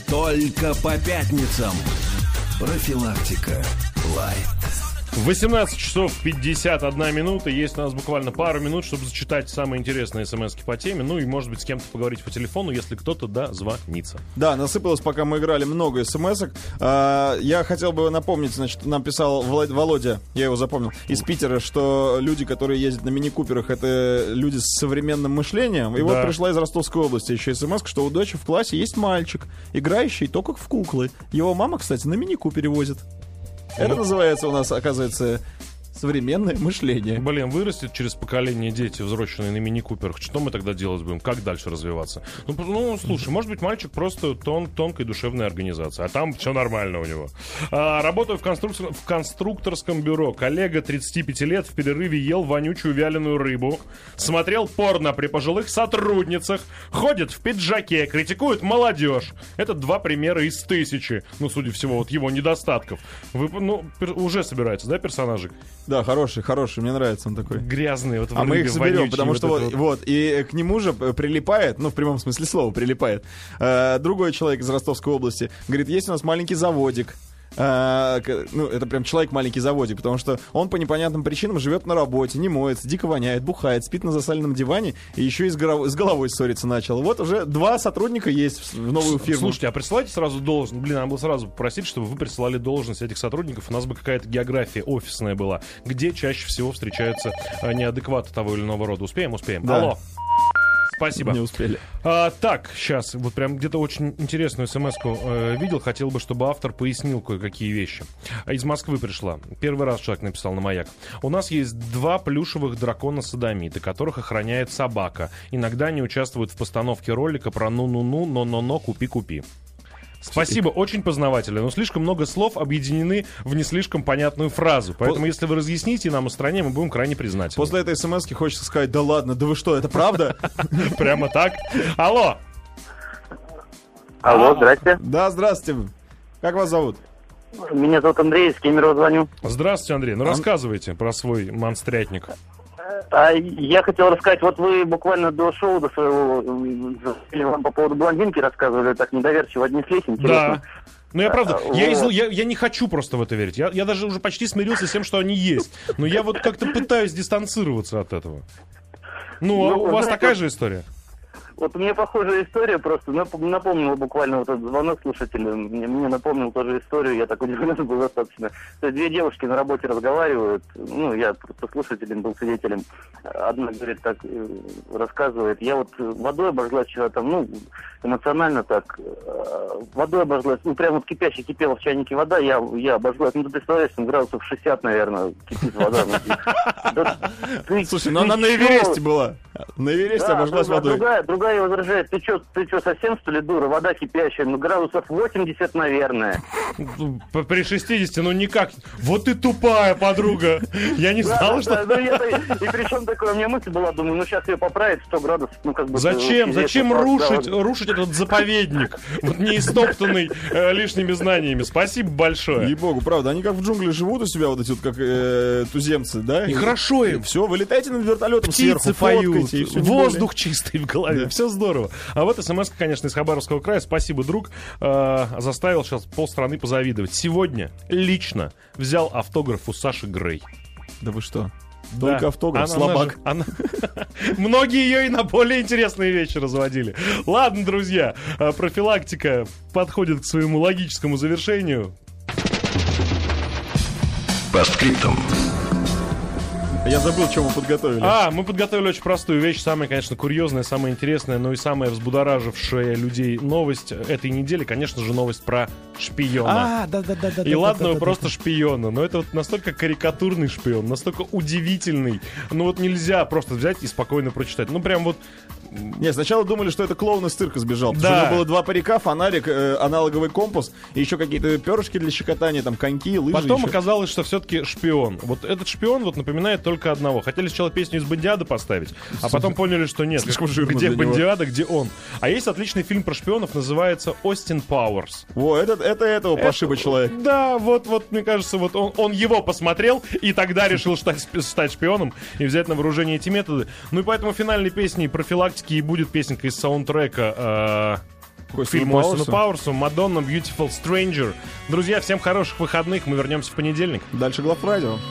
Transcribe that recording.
Только по пятницам. Профилактика лайт. 18 часов 51 минута. Есть у нас буквально пару минут, чтобы зачитать самые интересные смс-ки по теме. Ну и, может быть, с кем-то поговорить по телефону, если кто-то дозвонится. Да, насыпалось, пока мы играли, много смс-ок. Я хотел бы напомнить, значит, нам писал Володя, я его запомнил, из Питера, что люди, которые ездят на мини-куперах, это люди с современным мышлением. И вот пришла из Ростовской области еще смс-ка, что у дочери в классе есть мальчик, играющий только в куклы. Его мама, кстати, на мини-купере возит. Это называется у нас, оказывается, современное мышление. Блин, вырастет через поколение дети, взросленные на мини-куперах. Что мы тогда делать будем? Как дальше развиваться? Ну слушай, может быть, мальчик просто тонкой душевной организации, а там все нормально у него. Работаю в конструкторском бюро. Коллега 35 лет в перерыве ел вонючую вяленую рыбу, смотрел порно при пожилых сотрудницах, ходит в пиджаке, критикует молодежь. Это 2 примера из 1000. Ну, судя всего, вот его недостатков. Уже собирается, да, персонажик? Да, хороший, мне нравится он такой. Грязный, вот в А мы их соберем, вонючий, потому что вот, и к нему же прилипает, ну, в прямом смысле слова, прилипает. Другой человек из Ростовской области говорит, есть у нас маленький заводик. Это прям человек маленький заводик, потому что он по непонятным причинам живет на работе, не моется, дико воняет, бухает, спит на засаленном диване и еще и с головой ссориться начал. Вот уже 2 сотрудника есть в новую фирму. Слушайте, а присылайте сразу должность. Блин, надо было сразу попросить, чтобы вы присылали должность этих сотрудников. У нас бы какая-то география офисная была, где чаще всего встречаются неадекваты того или иного рода. Успеем? Да. Алло. Спасибо. Не успели. Так, сейчас, вот прям где-то очень интересную смс-ку видел. Хотел бы, чтобы автор пояснил кое-какие вещи. Из Москвы пришла. Первый раз человек написал на Маяк. У нас есть 2 плюшевых дракона-садомита, которых охраняет собака. Иногда они участвуют в постановке ролика про ну-ну-ну, но-но-но, купи-купи. Спасибо, очень познавательно, но слишком много слов объединены в не слишком понятную фразу. Поэтому, если вы разъясните нам устранение, мы будем крайне признательны. После этой смс-ки хочется сказать, да ладно, да вы что, это правда? Прямо так? Алло! Алло, здрасте. Да, здравствуйте. Как вас зовут? Меня зовут Андрей, из Кемерово звоню. Здравствуйте, Андрей. Ну, рассказывайте про свой монстрятник. Я хотел рассказать, вот вы буквально до шоу, до своего, вам по поводу блондинки рассказывали, так недоверчиво отнеслись, интересно. Да. Ну, я правда, я не хочу просто в это верить. Я даже уже почти смирился с тем, что они есть. Но я вот как-то пытаюсь дистанцироваться от этого. Ну, у вас такая же история? Вот у меня похожая история, просто напомнила буквально вот этот звонок слушателя, мне напомнил тоже историю, я так удивлен был достаточно. То есть 2 девушки на работе разговаривают, ну, я просто слушателем был, свидетелем. Одна, говорит, так, рассказывает, я вот водой обожглась вчера там, ну, эмоционально так, водой обожглась, ну, прямо вот кипела в чайнике вода, я обожглась, ну, ты представляешь, там градусов 60, наверное, кипит вода. Слушай, ну она на Эвересте была. На Эвересте обожглась водой. Другая возражает, ты что, совсем, что ли, дура? Вода кипящая, ну, градусов 80, наверное. При 60, ну, никак. Вот ты тупая, подруга. Я не знала, что... И причем такая у меня мысль была, думаю, ну, сейчас ее поправить 100 градусов, ну, как бы... Зачем рушить этот заповедник? Вот не истоптанный лишними знаниями. Спасибо большое. Ей-богу, правда, они как в джунглях живут у себя, вот эти вот, как туземцы, да? И хорошо им. Все, вы летаете над вертолетом сверху, поют, воздух чистый в голове, все здорово. А вот смс, конечно, из Хабаровского края. Спасибо, друг. Заставил сейчас полстраны позавидовать. Сегодня лично взял автограф у Саши Грей. Да вы что? Только автограф, она слабак. Многие ее и на более интересные вещи разводили. Ладно, друзья, профилактика подходит к своему логическому завершению. Постскриптум. Я забыл, что мы подготовили. Мы подготовили очень простую вещь. Самая, конечно, курьезная, самая интересная, но и самая взбудоражившая людей новость этой недели, конечно же, новость про шпиона. Да. И ладно, просто шпиона, но это вот настолько карикатурный шпион, настолько удивительный. Ну вот нельзя просто взять и спокойно прочитать. Ну прям вот... Не, сначала думали, что это клоун из цирка сбежал. Потому что у него было 2 парика, фонарик, аналоговый компас и еще какие-то перышки для щекотания, там коньки, лыжи. Потом еще оказалось, что все-таки шпион. Вот этот шпион вот напоминает только одного. Хотели сначала песню из «Бондиады» поставить, а потом поняли, что нет. Слишком жирно где для него. «Бондиада», где он. А есть отличный фильм про шпионов, называется «Остин Пауэрс». Во, это этого пошиба человек. Да, вот, мне кажется, вот он его посмотрел и тогда решил стать шпионом и взять на вооружение эти методы. Ну и поэтому финальной песней профилактики и будет песенка из саундтрека К фильму Остину Пауэрсу. Мадонна, Beautiful Stranger. Друзья, всем хороших выходных. Мы вернемся в понедельник. Дальше Главрадио.